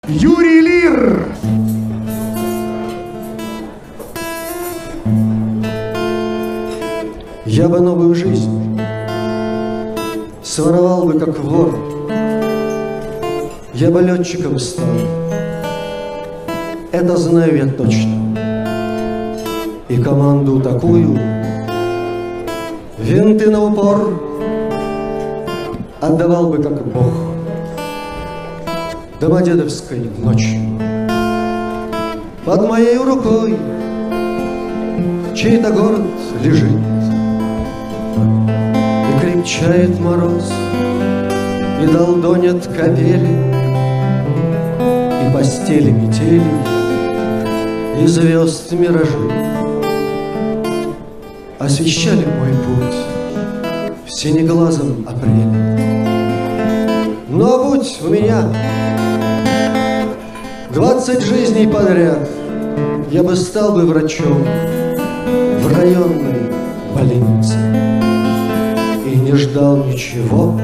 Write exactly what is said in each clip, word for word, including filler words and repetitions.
Юрий Лир. Я бы новую жизнь своровал бы, как вор. Я бы летчиком стал, это знаю я точно. И команду такую, винты на упор, отдавал бы, как Бог, Домодедовской ночью. Под моей рукой чей-то город лежит, и крепчает мороз, и долдонят капели, и постели метели, и звезд миражи освещали мой путь в синеглазом апреле. Но будь у меня двадцать жизней подряд, я бы стал бы врачом в районной больнице и не ждал ничего,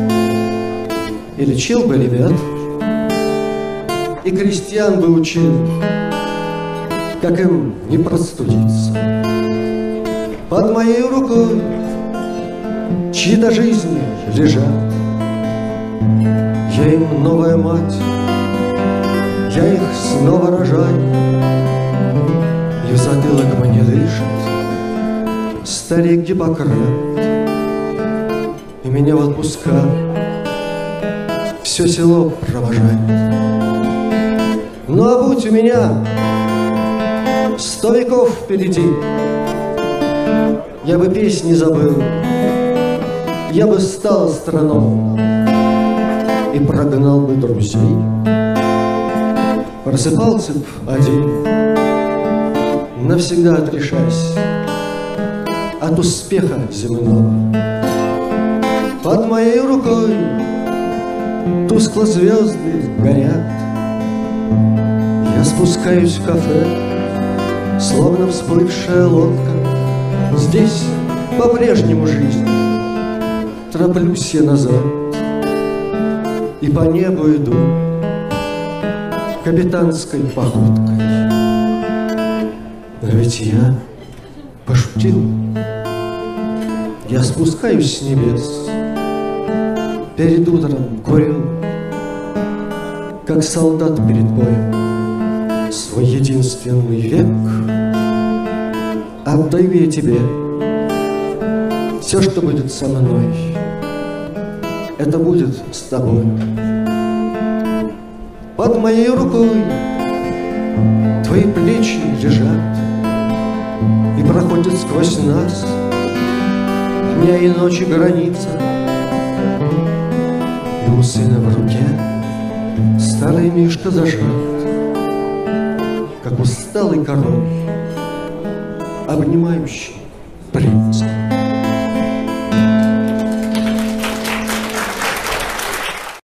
и лечил бы ребят, и крестьян бы учил, как им не простудиться. Под моей рукой чьи-то жизни лежат, я им новая мать, я их снова рожаю, и в затылок мне дышит старик Гиппократ, и меня в отпуска все село провожает. Ну а будь у меня сто веков впереди, я бы песни забыл, я бы стал астрономом и прогнал бы друзей. Просыпался б один, навсегда отрешаясь от успеха земного. Под моей рукой тускло звезды горят, я спускаюсь в кафе, словно всплывшая лодка. Здесь по-прежнему жизнь, тороплюсь я назад и по небу иду капитанской походкой. Но ведь я пошутил, я спускаюсь с небес, перед утром курил, как солдат перед боем, свой единственный век отдаю я тебе. Все, что будет со мной, это будет с тобой. Под моей рукой твои плечи лежат, и проходит сквозь нас дня и ночи граница. И у сына в руке старый мишка зажат, как усталый король, обнимающий принца.